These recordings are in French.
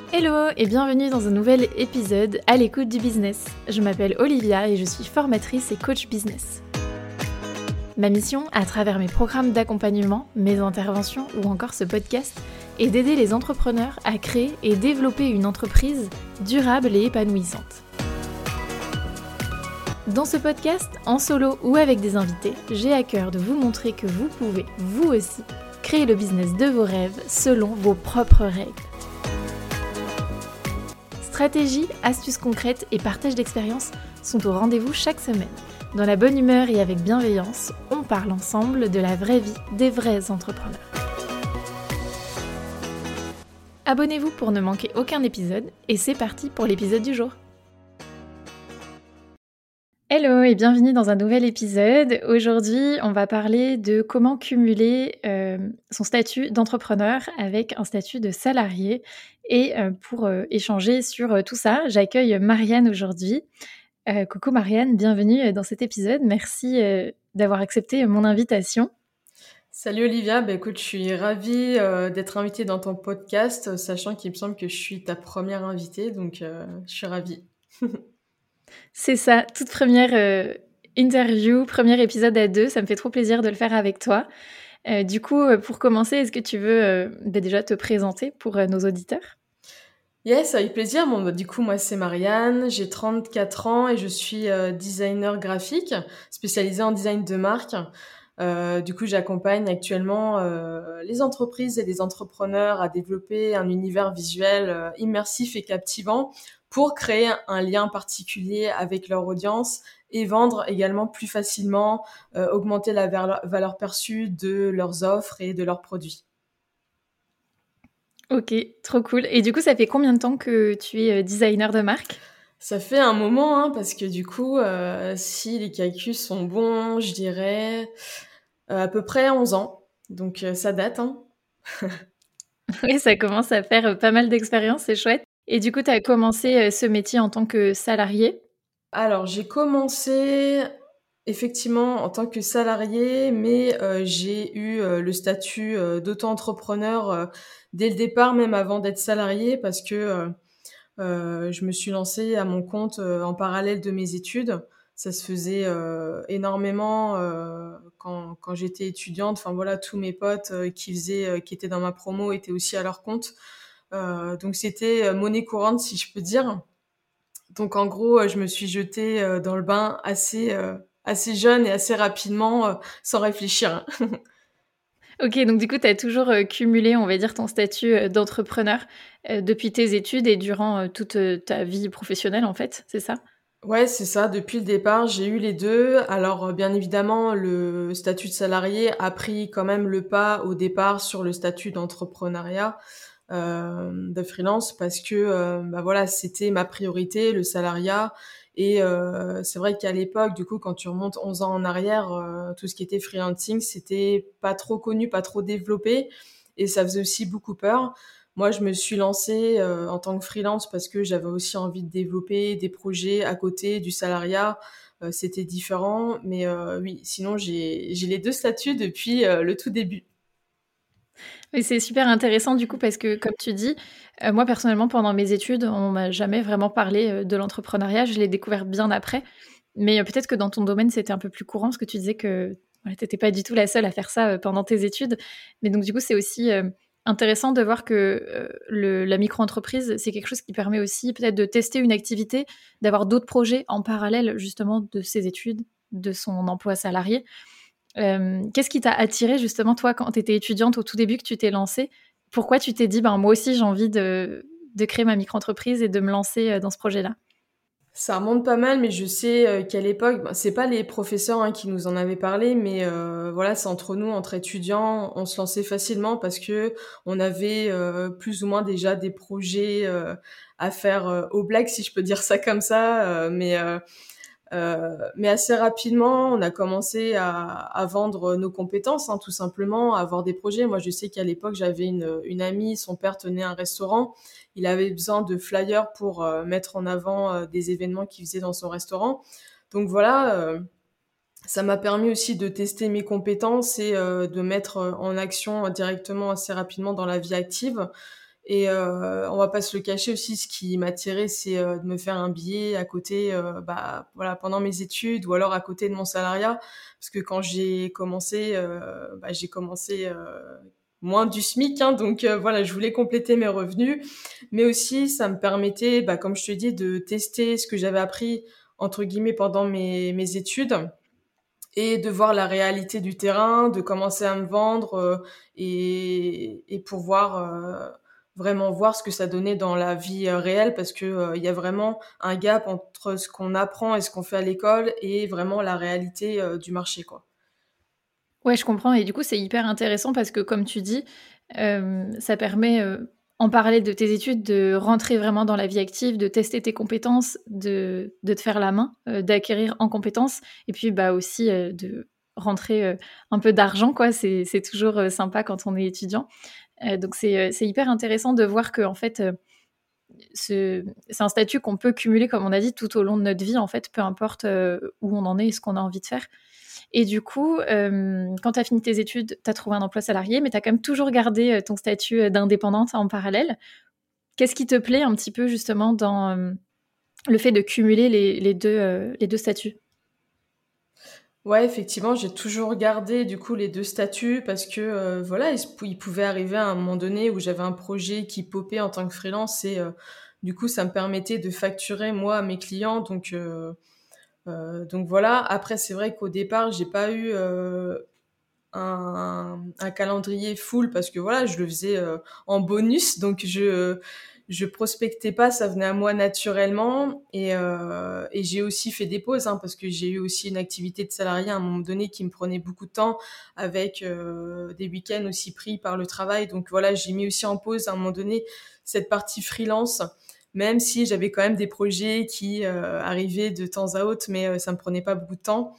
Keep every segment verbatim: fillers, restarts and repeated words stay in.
Hello et bienvenue dans un nouvel épisode à l'écoute du business. Je m'appelle Olivia et je suis formatrice et coach business. Ma mission, à travers mes programmes d'accompagnement, mes interventions ou encore ce podcast, est d'aider les entrepreneurs à créer et développer une entreprise durable et épanouissante. Dans ce podcast, en solo ou avec des invités, j'ai à cœur de vous montrer que vous pouvez, vous aussi, créer le business de vos rêves selon vos propres règles. Stratégies, astuces concrètes et partage d'expériences sont au rendez-vous chaque semaine. Dans la bonne humeur et avec bienveillance, on parle ensemble de la vraie vie des vrais entrepreneurs. Abonnez-vous pour ne manquer aucun épisode et c'est parti pour l'épisode du jour. Hello et bienvenue dans un nouvel épisode. Aujourd'hui, on va parler de comment cumuler euh, son statut d'entrepreneur avec un statut de salarié. Et euh, pour euh, échanger sur euh, tout ça, j'accueille Marianne aujourd'hui. Euh, coucou Marianne, bienvenue dans cet épisode. Merci euh, d'avoir accepté mon invitation. Salut Olivia, bah écoute, je suis ravie euh, d'être invitée dans ton podcast, sachant qu'il me semble que je suis ta première invitée, donc euh, je suis ravie. C'est ça, toute première euh, interview, premier épisode à deux, ça me fait trop plaisir de le faire avec toi. Euh, du coup, euh, pour commencer, est-ce que tu veux euh, bah déjà te présenter pour euh, nos auditeurs ? Yes, avec plaisir. Bon, bah, du coup, moi, c'est Marianne, j'ai trente-quatre ans et je suis euh, designer graphique, spécialisée en design de marque. Euh, du coup, j'accompagne actuellement euh, les entreprises et les entrepreneurs à développer un univers visuel euh, immersif et captivant pour créer un lien particulier avec leur audience et vendre également plus facilement, euh, augmenter la valeur, valeur perçue de leurs offres et de leurs produits. Ok, trop cool. Et du coup, ça fait combien de temps que tu es designer de marque ? Ça fait un moment, hein, parce que du coup, euh, si les calculs sont bons, je dirais euh, à peu près onze ans. Donc euh, ça date, hein. Oui, ça commence à faire pas mal d'expérience, c'est chouette. Et du coup, tu as commencé ce métier en tant que salarié ? Alors, j'ai commencé effectivement en tant que salarié, mais euh, j'ai eu euh, le statut euh, d'auto-entrepreneur euh, dès le départ, même avant d'être salarié, parce que euh, euh, je me suis lancée à mon compte euh, en parallèle de mes études. Ça se faisait euh, énormément euh, quand, quand j'étais étudiante. Enfin voilà, tous mes potes euh, qui faisaient, euh, qui étaient dans ma promo étaient aussi à leur compte. Euh, donc c'était euh, monnaie courante, si je peux dire. Donc en gros, euh, je me suis jetée euh, dans le bain assez euh, assez jeune et assez rapidement, euh, sans réfléchir. Ok, donc du coup, tu as toujours euh, cumulé, on va dire, ton statut euh, d'entrepreneur euh, depuis tes études et durant euh, toute euh, ta vie professionnelle, en fait, c'est ça ? Ouais, c'est ça. Depuis le départ, j'ai eu les deux. Alors, euh, bien évidemment, le statut de salarié a pris quand même le pas au départ sur le statut d'entrepreneuriat, euh, de freelance, parce que, euh, bah voilà, c'était ma priorité, le salariat. Et euh, c'est vrai qu'à l'époque, du coup, quand tu remontes onze ans en arrière, euh, tout ce qui était freelancing, c'était pas trop connu, pas trop développé, et ça faisait aussi beaucoup peur. Moi, je me suis lancée euh, en tant que freelance parce que j'avais aussi envie de développer des projets à côté du salariat. Euh, c'était différent, mais euh, oui, sinon j'ai j'ai les deux statuts depuis euh, le tout début. Oui, c'est super intéressant du coup parce que, comme tu dis, euh, moi personnellement, pendant mes études, on m'a jamais vraiment parlé euh, de l'entrepreneuriat. Je l'ai découvert bien après. Mais euh, peut-être que dans ton domaine, c'était un peu plus courant parce que tu disais que voilà, tu n'étais pas du tout la seule à faire ça euh, pendant tes études. Mais donc, du coup, c'est aussi euh, intéressant de voir que euh, le, la micro-entreprise, c'est quelque chose qui permet aussi peut-être de tester une activité, d'avoir d'autres projets en parallèle justement de ses études, de son emploi salarié. Euh, qu'est-ce qui t'a attiré justement, toi, quand tu étais étudiante au tout début, que tu t'es lancée ? Pourquoi tu t'es dit, ben, moi aussi, j'ai envie de, de créer ma micro-entreprise et de me lancer euh, dans ce projet-là ? Ça remonte pas mal, mais je sais euh, qu'à l'époque, ben, c'est pas les professeurs hein, qui nous en avaient parlé, mais euh, voilà, c'est entre nous, entre étudiants, on se lançait facilement parce que on avait euh, plus ou moins déjà des projets euh, à faire euh, au black, si je peux dire ça comme ça, euh, mais euh, Euh, mais assez rapidement, on a commencé à, à vendre nos compétences, hein, tout simplement, à avoir des projets. Moi, je sais qu'à l'époque, j'avais une, une amie, son père tenait un restaurant. Il avait besoin de flyers pour euh, mettre en avant euh, des événements qu'il faisait dans son restaurant. Donc voilà, euh, ça m'a permis aussi de tester mes compétences et euh, de mettre euh, en action euh, directement assez rapidement dans la vie active. Et heu, on va pas se le cacher aussi, ce qui m'attirait, c'est, heu, de me faire un billet à côté, heu, bah, voilà, pendant mes études ou alors à côté de mon salariat. Parce que quand j'ai commencé, heu, bah, j'ai commencé, heu, moins du SMIC, hein, donc heu, voilà, je voulais compléter mes revenus. Mais aussi, ça me permettait, bah, comme je te dis, de tester ce que j'avais appris, entre guillemets, pendant mes mes études et de voir la réalité du terrain, de commencer à me vendre, heu et et pouvoir, heu, vraiment voir ce que ça donnait dans la vie, heu, réelle parce que, heu, il y a vraiment un gap entre ce qu'on apprend et ce qu'on fait à l'école et vraiment la réalité, heu, du marché, quoi. Ouais, je comprends et du coup, c'est hyper intéressant parce que comme tu dis, hem, ça permet, heu, en parallèle de tes études, de rentrer vraiment dans la vie active, de tester tes compétences, de de te faire la main, heu, d'acquérir en compétences et puis, bah, aussi, heu, de rentrer, heu, un peu d'argent, quoi. C'est c'est toujours, heu, sympa quand on est étudiant, heu, donc c'est, heu, c'est hyper intéressant de voir qu'en fait, heu, ce c'est un statut qu'on peut cumuler, comme on a dit, tout au long de notre vie, en fait, peu importe, heu, où on en est et ce qu'on a envie de faire. Et du coup, hem, quand tu as fini tes études, tu as trouvé un emploi salarié, mais tu as quand même toujours gardé, heu, ton statut, heu, d'indépendante en parallèle. Qu'est-ce qui te plaît un petit peu justement dans, hem, le fait de cumuler les les deux, heu, les deux statuts? Ouais, effectivement, j'ai toujours gardé du coup les deux statuts parce que, heu, voilà, il se pou il pouvait arriver à un moment donné où j'avais un projet qui popait en tant que freelance et heu, du coup, ça me permettait de facturer moi à mes clients donc heu heu, donc voilà. Après, c'est vrai qu'au départ, j'ai pas eu, heu, un un calendrier full parce que voilà, je le faisais, heu, en bonus donc je je prospectais pas, ça venait à moi naturellement et heu et j'ai aussi fait des pauses, hein, parce que j'ai eu aussi une activité de salarié à un moment donné qui me prenait beaucoup de temps avec, heu, des week-ends aussi pris par le travail donc voilà, j'ai mis aussi en pause à un moment donné cette partie freelance, même si j'avais quand même des projets qui, heu, arrivaient de temps à autre mais heu, ça me prenait pas beaucoup de temps.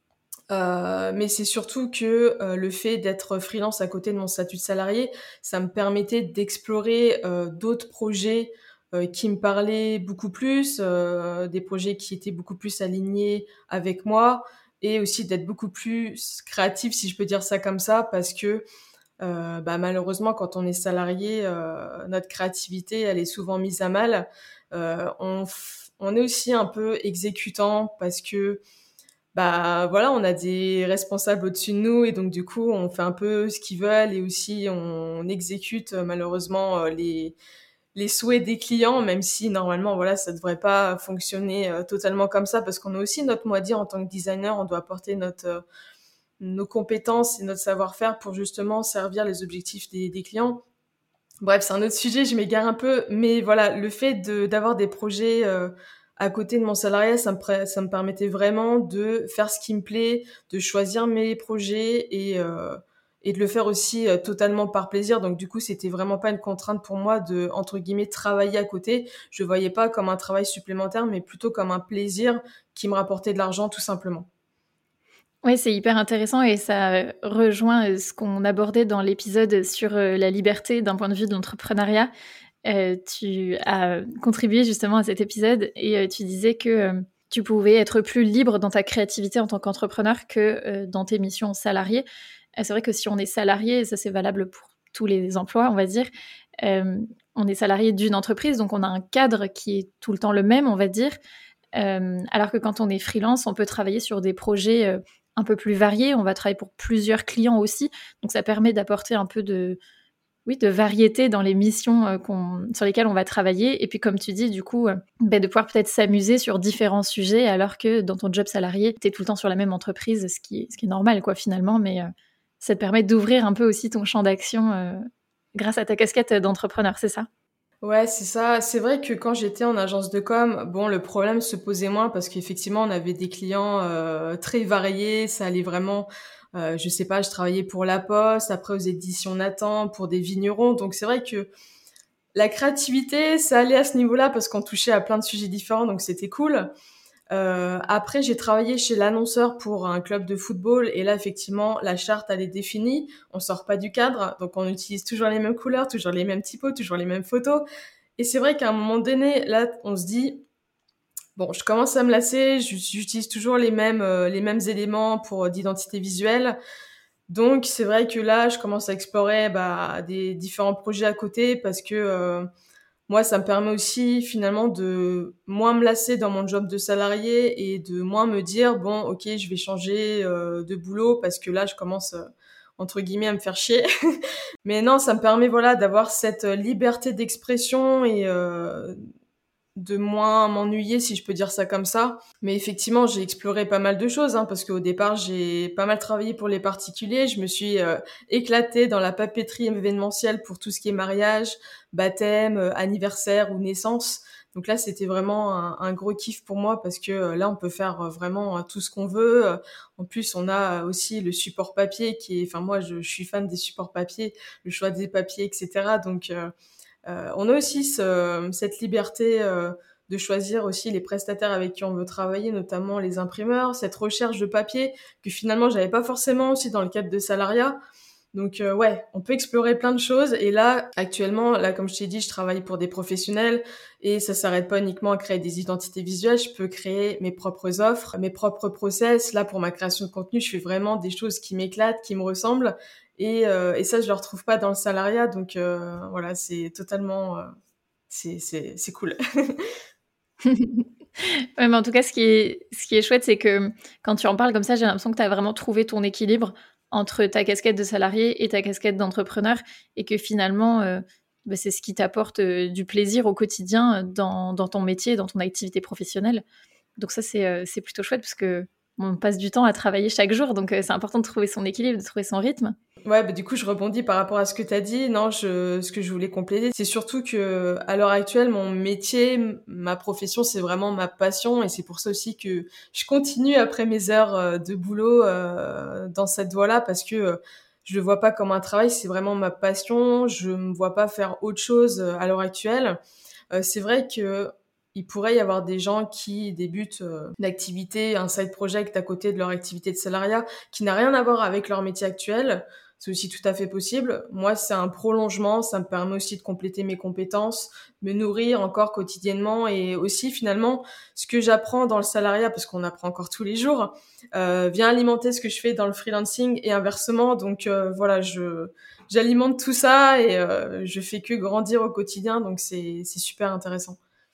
Heu, mais c'est surtout que, heu, le fait d'être freelance à côté de mon statut de salarié, ça me permettait d'explorer, heu, d'autres projets, heu, qui me parlaient beaucoup plus, heu, des projets qui étaient beaucoup plus alignés avec moi et aussi d'être beaucoup plus créative, si je peux dire ça comme ça, parce que, heu, bah, malheureusement, quand on est salarié, heu, notre créativité, elle est souvent mise à mal. Heu, on f on est aussi un peu exécutant parce que, bah, voilà, on a des responsables au-dessus de nous et donc du coup, on fait un peu ce qu'ils veulent et aussi on exécute, heu, malheureusement, heu, les les souhaits des clients, même si normalement, voilà, ça devrait pas fonctionner, heu, totalement comme ça parce qu'on a aussi notre mot à dire en tant que designer. On doit apporter notre, heu, nos compétences et notre savoir-faire pour justement servir les objectifs des des clients. Bref, c'est un autre sujet, je m'égare un peu, mais voilà, le fait de d'avoir des projets, heu, à côté de mon salariat, ça me pré ça me permettait vraiment de faire ce qui me plaît, de choisir mes projets et heu et de le faire aussi, heu, totalement par plaisir. Donc du coup, c'était vraiment pas une contrainte pour moi de, entre guillemets, «travailler à côté». Je le voyais pas comme un travail supplémentaire, mais plutôt comme un plaisir qui me rapportait de l'argent, tout simplement. Ouais, c'est hyper intéressant et ça, heu, rejoint, heu, ce qu'on abordait dans l'épisode sur, heu, la liberté d'un point de vue de l'entrepreneuriat. Heu, tu as contribué justement à cet épisode et heu, tu disais que, hem, tu pouvais être plus libre dans ta créativité en tant qu'entrepreneur que, heu, dans tes missions salariées. Heu, c'est vrai que si on est salarié, et ça c'est valable pour tous les emplois, on va dire, hem, on est salarié d'une entreprise, donc on a un cadre qui est tout le temps le même, on va dire. Hem, alors que quand on est freelance, on peut travailler sur des projets, heu, un peu plus variés. On va travailler pour plusieurs clients aussi, donc ça permet d'apporter un peu de oui, de variété dans les missions, heu, qu'on sur lesquelles on va travailler et puis comme tu dis du coup, heu, beh, de pouvoir peut-être s'amuser sur différents sujets alors que dans ton job salarié, tu es tout le temps sur la même entreprise, ce qui est ce qui est normal quoi finalement, mais heu, ça te permet d'ouvrir un peu aussi ton champ d'action, heu, grâce à ta casquette, d'entrepreneur, c'est ça? Ouais, c'est ça. C'est vrai que quand j'étais en agence de com, bon, le problème se posait moins parce qu'effectivement, on avait des clients, heu, très variés. Ça allait vraiment, heu, je sais pas, je travaillais pour La Poste, après aux éditions Nathan, pour des vignerons. Donc c'est vrai que la créativité, ça allait à ce niveau-là parce qu'on touchait à plein de sujets différents, donc c'était cool. Heu, après, j'ai travaillé chez l'annonceur pour un club de football et là, effectivement, la charte, elle est définie. On sort pas du cadre, donc on utilise toujours les mêmes couleurs, toujours les mêmes typos, toujours les mêmes photos. Et c'est vrai qu'à un moment donné, là, on se dit: «Bon, je commence à me lasser, j'u j'utilise toujours les mêmes, heu, les mêmes éléments pour, heu, d'identité visuelle». Donc c'est vrai que là, je commence à explorer bah, des différents projets à côté parce que euh, moi, ça me permet aussi finalement de moins me lasser dans mon job de salarié et de moins me dire, bon, ok, je vais changer euh, de boulot parce que là, je commence, euh, entre guillemets, à me faire chier. Mais non, ça me permet voilà, d'avoir cette euh, liberté d'expression et euh, de moins m'ennuyer, si je peux dire ça comme ça. Mais effectivement, j'ai exploré pas mal de choses, hein, parce qu'au départ, j'ai pas mal travaillé pour les particuliers. Je me suis euh, éclatée dans la papeterie événementielle pour tout ce qui est mariage, baptême, euh, anniversaire ou naissance. Donc là, c'était vraiment un, un gros kiff pour moi parce que euh, là, on peut faire euh, vraiment euh, tout ce qu'on veut. Euh, En plus, on a aussi le support papier qui est, enfin moi, je, je suis fan des supports papier, le choix des papiers, et cetera. Donc euh, euh, on a aussi ce- cette liberté euh, de choisir aussi les prestataires avec qui on veut travailler, notamment les imprimeurs, cette recherche de papier que finalement j'avais pas forcément aussi dans le cadre de salariat. Donc euh, ouais, on peut explorer plein de choses. Et là, actuellement, là comme je t'ai dit, je travaille pour des professionnels et ça s'arrête pas uniquement à créer des identités visuelles. Je peux créer mes propres offres, mes propres process. Là, pour ma création de contenu, je fais vraiment des choses qui m'éclatent, qui me ressemblent. Et, euh, et ça, je le retrouve pas dans le salariat. Donc euh, voilà, c'est totalement, euh, c'est c'est c'est cool. Ouais, mais en tout cas, ce qui est, ce qui est chouette, c'est que quand tu en parles comme ça, j'ai l'impression que tu as vraiment trouvé ton équilibre entre ta casquette de salarié et ta casquette d'entrepreneur et que finalement, euh, bah, c'est ce qui t'apporte euh, du plaisir au quotidien dans, dans ton métier, dans ton activité professionnelle. Donc ça, c'est euh, c'est plutôt chouette parce que on passe du temps à travailler chaque jour, donc euh, c'est important de trouver son équilibre, de trouver son rythme. Ouais, bah, du coup, je rebondis par rapport à ce que tu as dit. Non, je, ce que je voulais compléter, c'est surtout que, à l'heure actuelle, mon métier, m- ma profession, c'est vraiment ma passion et c'est pour ça aussi que je continue après mes heures euh, de boulot euh, dans cette voie-là parce que euh, je le vois pas comme un travail, c'est vraiment ma passion. Je me vois pas faire autre chose euh, à l'heure actuelle. Euh, c'est vrai que il pourrait y avoir des gens qui débutent euh, une activité, un side project à côté de leur activité de salariat qui n'a rien à voir avec leur métier actuel. C'est aussi tout à fait possible. Moi, c'est un prolongement, ça me permet aussi de compléter mes compétences, me nourrir encore quotidiennement et aussi finalement ce que j'apprends dans le salariat, parce qu'on apprend encore tous les jours, euh, vient alimenter ce que je fais dans le freelancing et inversement. Donc euh, voilà, je j'alimente tout ça et euh, je fais que grandir au quotidien, donc c'est c'est super intéressant.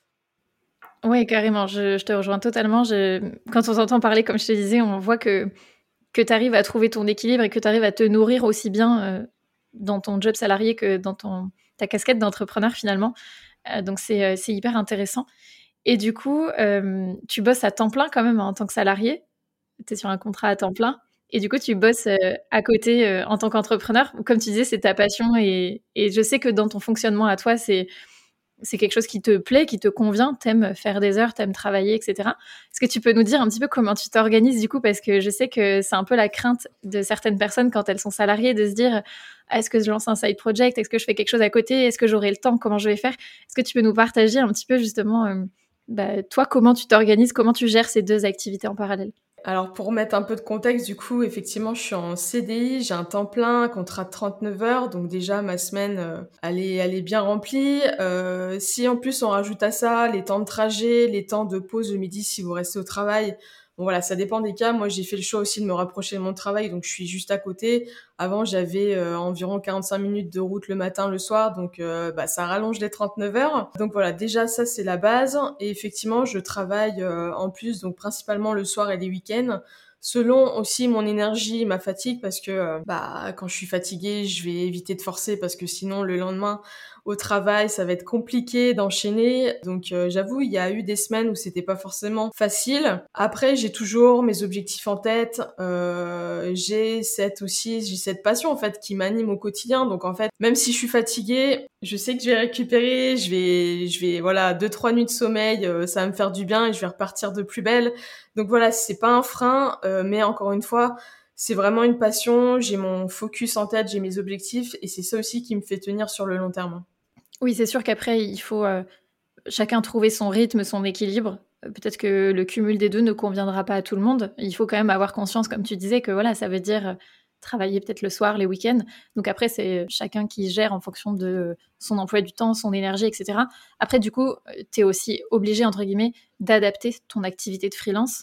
Oui, carrément, je, je te rejoins totalement. Je- Quand on t'entend parler, comme je te disais, on voit que que tu arrives à trouver ton équilibre et que tu arrives à te nourrir aussi bien euh, dans ton job salarié que dans ton, ta casquette d'entrepreneur finalement. Euh, donc c'est euh, c'est hyper intéressant. Et du coup, euh, tu bosses à temps plein quand même en tant que salarié. Tu es sur un contrat à temps plein. Et du coup, tu bosses euh, à côté euh, en tant qu'entrepreneur. Comme tu disais, c'est ta passion. Et, et je sais que dans ton fonctionnement à toi, c'est c'est quelque chose qui te plaît, qui te convient, t'aimes faire des heures, t'aimes travailler, et cetera. Est-ce que tu peux nous dire un petit peu comment tu t'organises du coup? Parce que je sais que c'est un peu la crainte de certaines personnes quand elles sont salariées de se dire ah, est-ce que je lance un side project? Est-ce que je fais quelque chose à côté? Est-ce que j'aurai le temps? Comment je vais faire? Est-ce que tu peux nous partager un petit peu justement, euh, bah, toi, comment tu t'organises? Comment tu gères ces deux activités en parallèle? Alors pour mettre un peu de contexte, du coup, effectivement, je suis en C D I, j'ai un temps plein, un contrat de trente-neuf heures, donc déjà ma semaine, euh, elle est, elle est bien remplie. Euh, si en plus on rajoute à ça les temps de trajet, les temps de pause le midi si vous restez au travail, bon voilà, ça dépend des cas. Moi, j'ai fait le choix aussi de me rapprocher de mon travail, donc je suis juste à côté. Avant, j'avais euh, environ quarante-cinq minutes de route le matin, le soir, donc euh, bah, ça rallonge les trente-neuf heures. Donc voilà, déjà ça c'est la base. Et effectivement, je travaille euh, en plus, donc principalement le soir et les week-ends, selon aussi mon énergie, ma fatigue, parce que euh, bah quand je suis fatiguée, je vais éviter de forcer parce que sinon le lendemain au travail, ça va être compliqué d'enchaîner. Donc euh, j'avoue, il y a eu des semaines où c'était pas forcément facile. Après, j'ai toujours mes objectifs en tête. Euh, j'ai cette aussi, j'ai cette passion en fait qui m'anime au quotidien. Donc en fait, même si je suis fatiguée, je sais que je vais récupérer. Je vais, je vais, voilà, deux trois nuits de sommeil, euh, ça va me faire du bien et je vais repartir de plus belle. Donc voilà, c'est pas un frein, euh, mais encore une fois. C'est vraiment une passion, j'ai mon focus en tête, j'ai mes objectifs et c'est ça aussi qui me fait tenir sur le long terme. Oui, c'est sûr qu'après, il faut euh, chacun trouver son rythme, son équilibre. Euh, Peut-être que le cumul des deux ne conviendra pas à tout le monde. Il faut quand même avoir conscience, comme tu disais, que voilà, ça veut dire euh, travailler peut-être le soir, les week-ends. Donc après, c'est chacun qui gère en fonction de son emploi du temps, son énergie, et cetera. Après, du coup, tu es aussi obligé, entre guillemets, d'adapter ton activité de freelance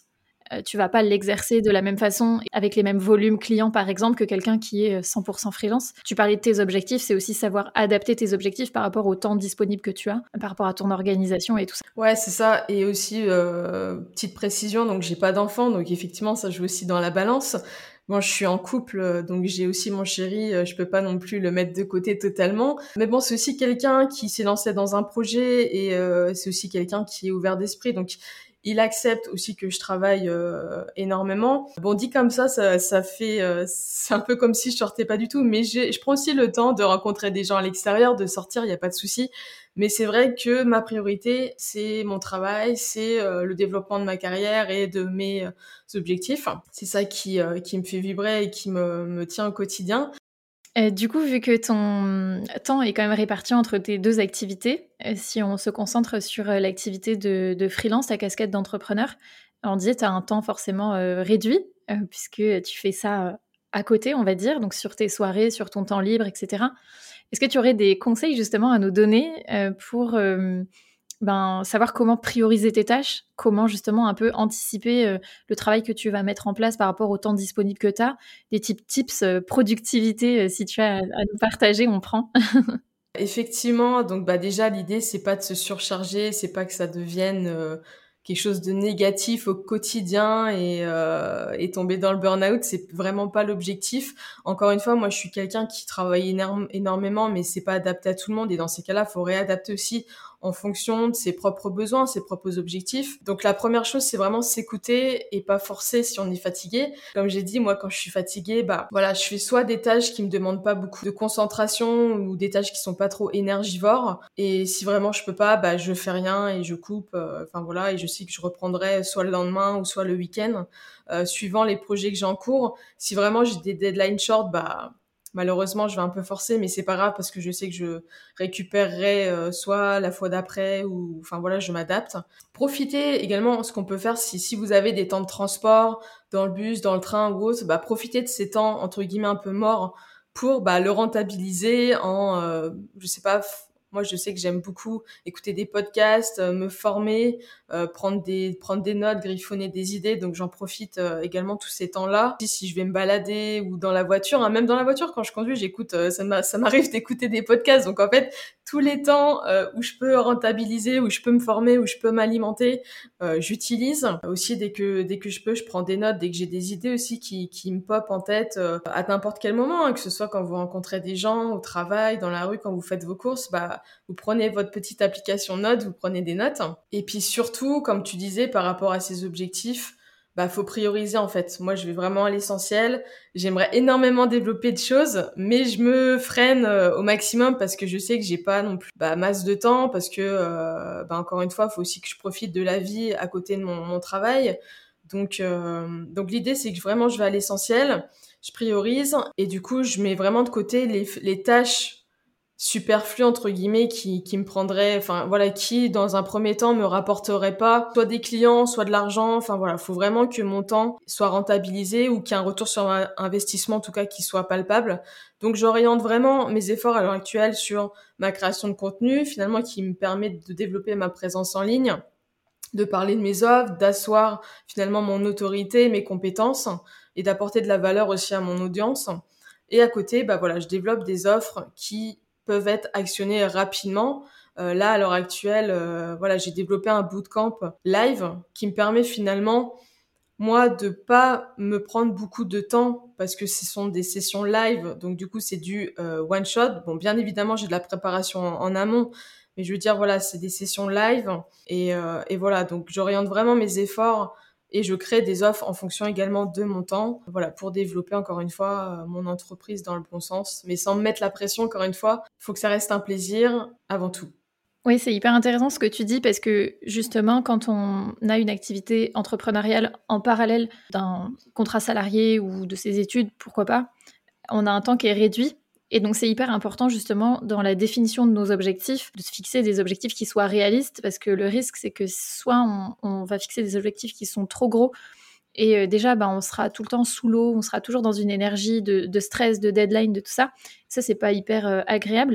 heu, tu vas pas l'exercer de la même façon, avec les mêmes volumes clients, par exemple, que quelqu'un qui est, heu, cent pour cent freelance. Tu parlais de tes objectifs, c'est aussi savoir adapter tes objectifs par rapport au temps disponible que tu as, par rapport à ton organisation et tout ça. Ouais, c'est ça et aussi, heu, petite précision, donc j'ai pas d'enfant, donc effectivement, ça joue aussi dans la balance. Moi, je suis en couple, heu, donc j'ai aussi mon chéri, heu, je peux pas non plus le mettre de côté totalement. Mais bon, c'est aussi quelqu'un qui s'est lancé dans un projet et heu, c'est aussi quelqu'un qui est ouvert d'esprit, donc il accepte aussi que je travaille, heu, énormément. Bon, dit comme ça, ça ça fait, heu, c'est un peu comme si je sortais pas du tout, mais j'ai je prends aussi le temps de rencontrer des gens à l'extérieur, de sortir, il y a pas de souci. Mais c'est vrai que ma priorité, c'est mon travail, c'est, heu, le développement de ma carrière et de mes, heu, objectifs. C'est ça qui, heu, qui me fait vibrer et qui me me tient au quotidien. Heu, du coup, vu que ton temps est quand même réparti entre tes deux activités, heu, si on se concentre sur, heu, l'activité de de freelance, ta casquette d'entrepreneur, on disait tu as un temps forcément, heu, réduit, heu, puisque tu fais ça, heu, à côté, on va dire, donc sur tes soirées, sur ton temps libre et cetera. Est-ce que tu aurais des conseils justement à nous donner, heu, pour, hem, ben, savoir comment prioriser tes tâches? Comment justement un peu anticiper, heu, le travail que tu vas mettre en place par rapport au temps disponible que tu as? Des types tips, heu, productivité, heu, si tu as à à nous partager, on prend. Effectivement, donc bah, déjà l'idée c'est pas de se surcharger, c'est pas que ça devienne, heu, quelque chose de négatif au quotidien et heu et tomber dans le burn-out, c'est vraiment pas l'objectif. Encore une fois, moi je suis quelqu'un qui travaille énorm énormément, mais c'est pas adapté à tout le monde et dans ces cas-là, faut réadapter aussi en fonction de ses propres besoins, ses propres objectifs. Donc la première chose, c'est vraiment s'écouter et pas forcer si on est fatigué. Comme j'ai dit, moi quand je suis fatiguée, bah voilà, je fais soit des tâches qui me demandent pas beaucoup de concentration ou des tâches qui sont pas trop énergivores et si vraiment je peux pas, bah je fais rien et je coupe, heu, enfin voilà et je sais que je reprendrai soit le lendemain ou soit le week-end, heu, suivant les projets que j'ai en cours. Si vraiment j'ai des deadlines short, bah malheureusement, je vais un peu forcer, mais c'est pas grave parce que je sais que je récupérerai euh, soit la fois d'après ou, enfin voilà, je m'adapte. Profitez également, ce qu'on peut faire, si, si vous avez des temps de transport dans le bus, dans le train ou autre, bah profitez de ces temps entre guillemets un peu morts pour bah, le rentabiliser en, euh, je sais pas. f- Moi, je sais que j'aime beaucoup écouter des podcasts, euh, me former, euh, prendre des prendre des notes, griffonner des idées. Donc, j'en profite euh, également tous ces temps-là. Si, si je vais me balader ou dans la voiture, hein, même dans la voiture quand je conduis, j'écoute. Euh, ça m'a- ça m'arrive d'écouter des podcasts. Donc, en fait, tous les temps euh, où je peux rentabiliser, où je peux me former, où je peux m'alimenter, euh, j'utilise. Aussi, dès que dès que je peux, je prends des notes. Dès que j'ai des idées aussi qui qui me popent en tête euh, à n'importe quel moment, hein, que ce soit quand vous rencontrez des gens au travail, dans la rue, quand vous faites vos courses, bah vous prenez votre petite application notes, vous prenez des notes. Et puis surtout, comme tu disais, par rapport à ces objectifs, bah faut prioriser en fait. Moi, je vais vraiment à l'essentiel. J'aimerais énormément développer de choses, mais je me freine euh, au maximum parce que je sais que j'ai pas non plus bah, masse de temps, parce que euh, bah, encore une fois, il faut aussi que je profite de la vie à côté de mon, mon travail. Donc, euh, donc l'idée, c'est que vraiment je vais à l'essentiel, je priorise et du coup, je mets vraiment de côté les, les tâches superflu entre guillemets qui qui me prendrait enfin voilà qui dans un premier temps me rapporterait pas soit des clients soit de l'argent enfin voilà faut vraiment que mon temps soit rentabilisé ou qu'il y ait un retour sur un investissement en tout cas qui soit palpable donc j'oriente vraiment mes efforts à l'heure actuelle sur ma création de contenu finalement qui me permet de développer ma présence en ligne de parler de mes offres d'asseoir finalement mon autorité mes compétences et d'apporter de la valeur aussi à mon audience et à côté, bah voilà, je développe des offres qui peuvent être actionnées rapidement. Euh, là, à l'heure actuelle, euh, voilà, j'ai développé un bootcamp live qui me permet finalement, moi, de pas me prendre beaucoup de temps parce que ce sont des sessions live. Donc, du coup, c'est du euh, one shot. Bon, bien évidemment, j'ai de la préparation en, en amont, mais je veux dire, voilà, c'est des sessions live. Et, euh, et voilà, donc j'oriente vraiment mes efforts et je crée des offres en fonction également de mon temps, voilà, pour développer encore une fois euh, mon entreprise dans le bon sens, mais sans me mettre la pression, encore une fois, il faut que ça reste un plaisir avant tout. Oui, c'est hyper intéressant ce que tu dis parce que justement, quand on a une activité entrepreneuriale en parallèle d'un contrat salarié ou de ses études, pourquoi pas, on a un temps qui est réduit. Et donc, c'est hyper important justement dans la définition de nos objectifs, de se fixer des objectifs qui soient réalistes parce que le risque, c'est que soit on, on va fixer des objectifs qui sont trop gros et euh, déjà, bah, on sera tout le temps sous l'eau, on sera toujours dans une énergie de, de stress, de deadline, de tout ça. Ça, c'est pas hyper euh, agréable.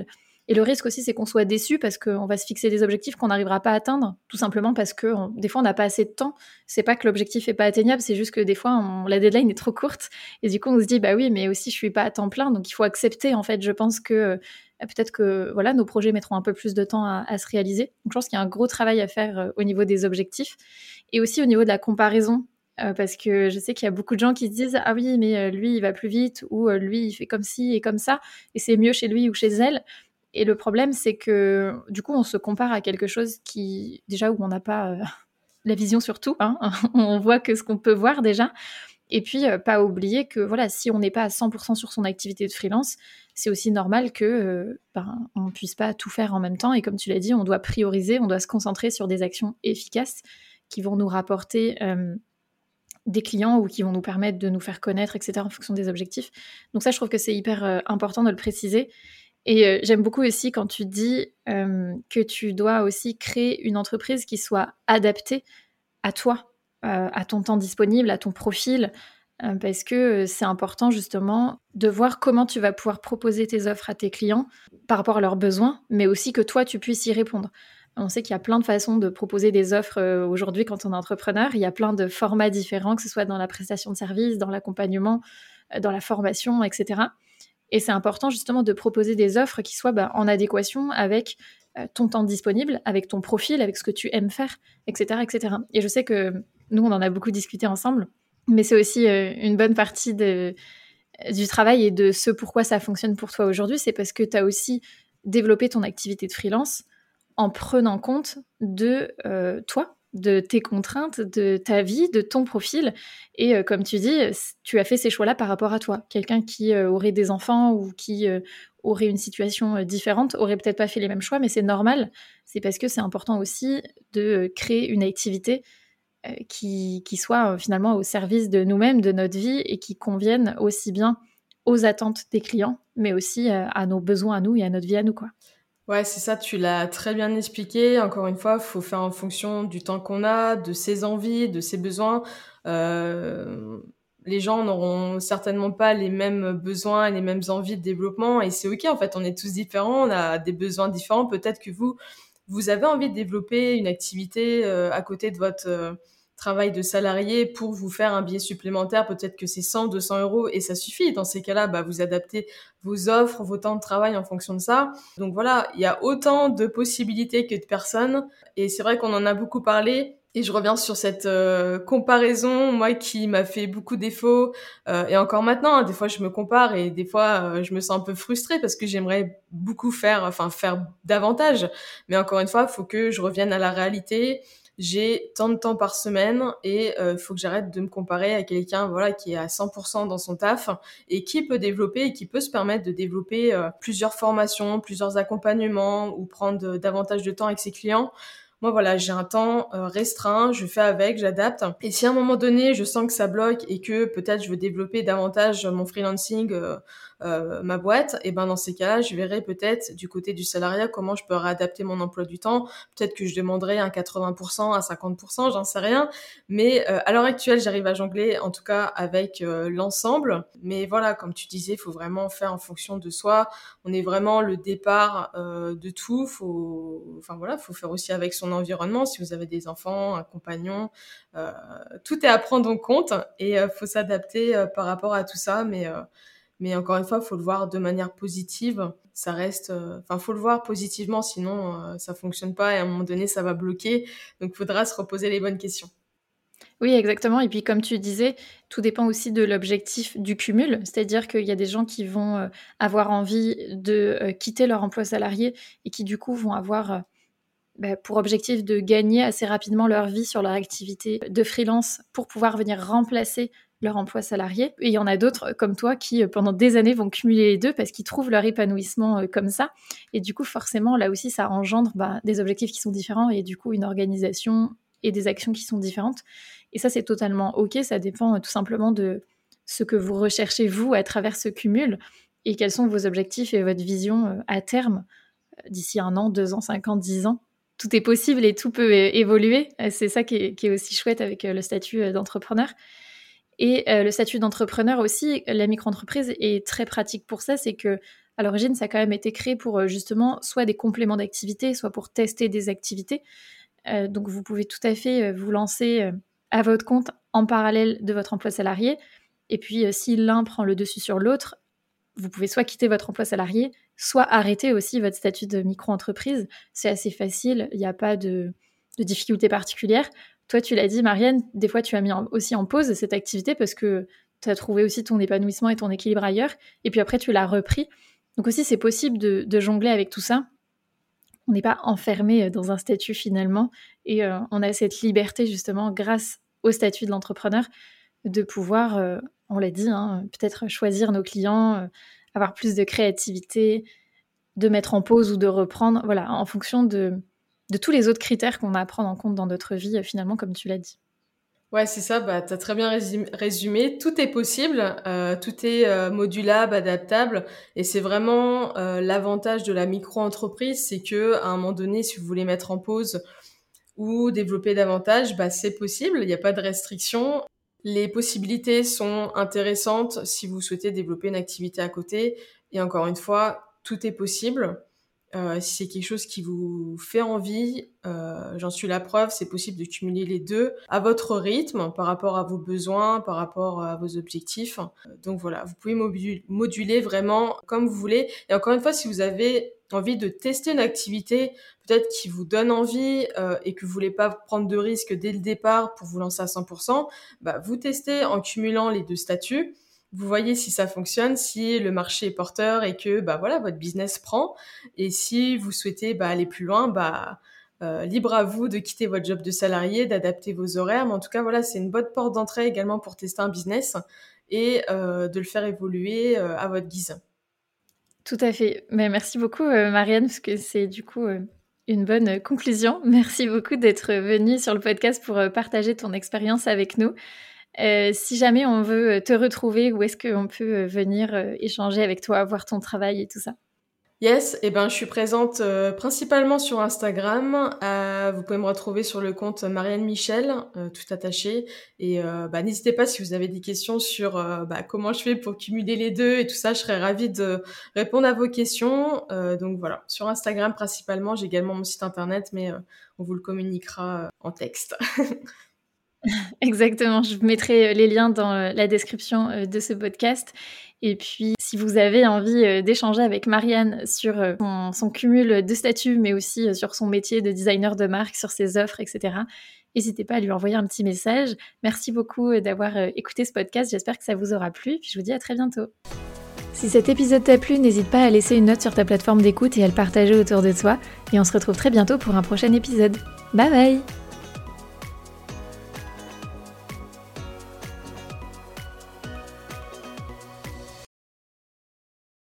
Et le risque aussi, c'est qu'on soit déçu parce qu'on va se fixer des objectifs qu'on n'arrivera pas à atteindre, tout simplement parce que on, des fois, on n'a pas assez de temps. C'est pas que l'objectif est pas atteignable, c'est juste que des fois, on, la deadline est trop courte. Et du coup, on se dit, bah oui, mais aussi, je suis pas à temps plein. Donc, il faut accepter, en fait. Je pense que euh, peut-être que voilà, nos projets mettront un peu plus de temps à, à se réaliser. Donc, je pense qu'il y a un gros travail à faire euh, au niveau des objectifs et aussi au niveau de la comparaison. Euh, parce que je sais qu'il y a beaucoup de gens qui se disent ah oui mais euh, lui il va plus vite ou euh, lui il fait comme ci et comme ça et c'est mieux chez lui ou chez elle. Et le problème, c'est que du coup, on se compare à quelque chose qui, déjà, où on n'a pas euh, la vision sur tout. Hein. On voit que ce qu'on peut voir déjà. Et puis, euh, pas oublier que voilà, si on n'est pas à cent pour cent sur son activité de freelance, c'est aussi normal que euh, ben, on puisse pas tout faire en même temps. Et comme tu l'as dit, on doit prioriser, on doit se concentrer sur des actions efficaces qui vont nous rapporter euh, des clients ou qui vont nous permettre de nous faire connaître, et cetera, en fonction des objectifs. Donc ça, je trouve que c'est hyper euh, important de le préciser. Et euh, j'aime beaucoup aussi quand tu dis euh, que tu dois aussi créer une entreprise qui soit adaptée à toi, euh, à ton temps disponible, à ton profil, euh, parce que euh, c'est important justement de voir comment tu vas pouvoir proposer tes offres à tes clients par rapport à leurs besoins, mais aussi que toi, tu puisses y répondre. On sait qu'il y a plein de façons de proposer des offres euh, aujourd'hui quand on est entrepreneur. Il y a plein de formats différents, que ce soit dans la prestation de services, dans l'accompagnement, euh, dans la formation, et cetera. Et c'est important justement de proposer des offres qui soient bah, en adéquation avec euh, ton temps disponible, avec ton profil, avec ce que tu aimes faire, et cetera, et cetera. Et je sais que nous, on en a beaucoup discuté ensemble, mais c'est aussi euh, une bonne partie de, du travail et de ce pourquoi ça fonctionne pour toi aujourd'hui, c'est parce que tu as aussi développé ton activité de freelance en prenant compte de euh, toi, de tes contraintes, de ta vie, de ton profil. Et euh, comme tu dis, tu as fait ces choix-là par rapport à toi. Quelqu'un qui euh, aurait des enfants ou qui euh, aurait une situation euh, différente aurait peut-être pas fait les mêmes choix, mais c'est normal. C'est parce que c'est important aussi de créer une activité euh, qui, qui soit euh, finalement au service de nous-mêmes, de notre vie et qui convienne aussi bien aux attentes des clients, mais aussi euh, à nos besoins à nous et à notre vie à nous, quoi. Ouais, c'est ça, tu l'as très bien expliqué. Encore une fois, faut faire en fonction du temps qu'on a, de ses envies, de ses besoins. Euh, les gens n'auront certainement pas les mêmes besoins et les mêmes envies de développement. Et c'est OK, en fait, on est tous différents, on a des besoins différents. Peut-être que vous, vous avez envie de développer une activité euh, à côté de votre euh, travail de salarié pour vous faire un billet supplémentaire. Peut-être que c'est cent, deux cents euros et ça suffit. Dans ces cas-là, bah, vous adaptez vos offres, vos temps de travail en fonction de ça. Donc voilà, il y a autant de possibilités que de personnes. Et c'est vrai qu'on en a beaucoup parlé. Et je reviens sur cette euh, comparaison, moi qui m'a fait beaucoup défaut. Euh, et encore maintenant, hein, des fois je me compare et des fois euh, je me sens un peu frustrée parce que j'aimerais beaucoup faire, enfin faire davantage. Mais encore une fois, il faut que je revienne à la réalité. J'ai tant de temps par semaine et il euh, faut que j'arrête de me comparer à quelqu'un voilà qui est à cent pour cent dans son taf et qui peut développer et qui peut se permettre de développer euh, plusieurs formations, plusieurs accompagnements ou prendre euh, davantage de temps avec ses clients. Moi, voilà, j'ai un temps euh, restreint, je fais avec, j'adapte. Et si à un moment donné, je sens que ça bloque et que peut-être je veux développer davantage mon freelancing, euh, euh, ma boîte, et ben dans ces cas-là, je verrai peut-être du côté du salariat comment je peux réadapter mon emploi du temps. Peut-être que je demanderai un quatre-vingts pour cent, un cinquante pour cent, j'en sais rien. Mais euh, à l'heure actuelle, j'arrive à jongler, en tout cas avec euh, l'ensemble. Mais voilà, comme tu disais, il faut vraiment faire en fonction de soi. On est vraiment le départ euh, de tout. Faut, enfin voilà, faut faire aussi avec son environnement. Si vous avez des enfants, un compagnon, euh, tout est à prendre en compte et euh, faut s'adapter euh, par rapport à tout ça. Mais euh, mais encore une fois, faut le voir de manière positive. Ça reste, enfin, euh, faut le voir positivement, sinon euh, ça fonctionne pas et à un moment donné, ça va bloquer. Donc, faudra se reposer les bonnes questions. Oui, exactement. Et puis, comme tu disais, tout dépend aussi de l'objectif du cumul. C'est-à-dire qu'il y a des gens qui vont euh, avoir envie de euh, quitter leur emploi salarié et qui, du coup, vont avoir euh, bah, pour objectif de gagner assez rapidement leur vie sur leur activité de freelance pour pouvoir venir remplacer leur emploi salarié. Et il y en a d'autres, comme toi, qui, euh, pendant des années, vont cumuler les deux parce qu'ils trouvent leur épanouissement euh, comme ça. Et du coup, forcément, là aussi, ça engendre bah, des objectifs qui sont différents et du coup, une organisation et des actions qui sont différentes. Et ça, c'est totalement OK. Ça dépend euh, tout simplement de ce que vous recherchez, vous, à travers ce cumul et quels sont vos objectifs et votre vision euh, à terme, euh, d'ici un an, deux ans, cinq ans, dix ans. Tout est possible et tout peut é- évoluer. Euh, C'est ça qui est, qui est aussi chouette avec euh, le statut euh, d'entrepreneur. Et euh, le statut d'entrepreneur aussi, la micro-entreprise est très pratique pour ça, c'est que à l'origine, ça a quand même été créé pour euh, justement soit des compléments d'activité, soit pour tester des activités. Euh, donc, vous pouvez tout à fait euh, vous lancer euh, à votre compte en parallèle de votre emploi salarié. Et puis, euh, si l'un prend le dessus sur l'autre, vous pouvez soit quitter votre emploi salarié, soit arrêter aussi votre statut de micro-entreprise. C'est assez facile, il n'y a pas de, de difficultés particulières. Toi, tu l'as dit, Marianne, des fois, tu as mis en, aussi en pause cette activité parce que tu as trouvé aussi ton épanouissement et ton équilibre ailleurs. Et puis après, tu l'as repris. Donc aussi, c'est possible de, de jongler avec tout ça. On n'est pas enfermé dans un statut finalement. Et euh, on a cette liberté justement grâce au statut de l'entrepreneur de pouvoir, euh, on l'a dit, hein, peut-être choisir nos clients, euh, avoir plus de créativité, de mettre en pause ou de reprendre, voilà, en fonction de, de tous les autres critères qu'on a à prendre en compte dans notre vie, euh, finalement, comme tu l'as dit. Ouais, c'est ça, bah, tu as très bien résumé, résumé. Tout est possible, euh, tout est euh, modulable, adaptable, et c'est vraiment euh, l'avantage de la micro-entreprise, c'est que à un moment donné, si vous voulez mettre en pause ou développer davantage, bah, c'est possible, il n'y a pas de restriction. Les possibilités sont intéressantes si vous souhaitez développer une activité à côté. Et encore une fois, tout est possible. Euh, si c'est quelque chose qui vous fait envie, euh, j'en suis la preuve, c'est possible de cumuler les deux à votre rythme, par rapport à vos besoins, par rapport à vos objectifs. Donc voilà, vous pouvez moduler vraiment comme vous voulez. Et encore une fois, si vous avez envie de tester une activité, peut-être qui vous donne envie euh, et que vous voulez pas prendre de risques dès le départ pour vous lancer à cent pour cent, bah, vous testez en cumulant les deux statuts. Vous voyez si ça fonctionne, si le marché est porteur et que bah voilà votre business prend. Et si vous souhaitez bah, aller plus loin, bah euh, libre à vous de quitter votre job de salarié, d'adapter vos horaires. Mais en tout cas voilà, c'est une bonne porte d'entrée également pour tester un business et euh, de le faire évoluer euh, à votre guise. Tout à fait. Mais merci beaucoup, euh, Marianne, parce que c'est du coup euh, une bonne conclusion. Merci beaucoup d'être venue sur le podcast pour euh, partager ton expérience avec nous. Euh, si jamais on veut te retrouver, où est-ce qu'on peut venir euh, échanger avec toi, voir ton travail et tout ça? Yes, et ben je suis présente euh, principalement sur Instagram. Euh, vous pouvez me retrouver sur le compte Marianne Michel, euh, tout attaché. Et euh, bah, n'hésitez pas si vous avez des questions sur euh, bah, comment je fais pour cumuler les deux et tout ça. Je serais ravie de répondre à vos questions. Euh, donc voilà, sur Instagram principalement. J'ai également mon site internet, mais euh, on vous le communiquera euh, en texte. Exactement, je vous mettrai les liens dans la description de ce podcast. Et puis, si vous avez envie d'échanger avec Marianne sur son, son cumul de statuts, mais aussi sur son métier de designer de marque, sur ses offres, et cetera, n'hésitez pas à lui envoyer un petit message. Merci beaucoup d'avoir écouté ce podcast. J'espère que ça vous aura plu. Puis je vous dis à très bientôt. Si cet épisode t'a plu, n'hésite pas à laisser une note sur ta plateforme d'écoute et à le partager autour de toi. Et on se retrouve très bientôt pour un prochain épisode. Bye bye!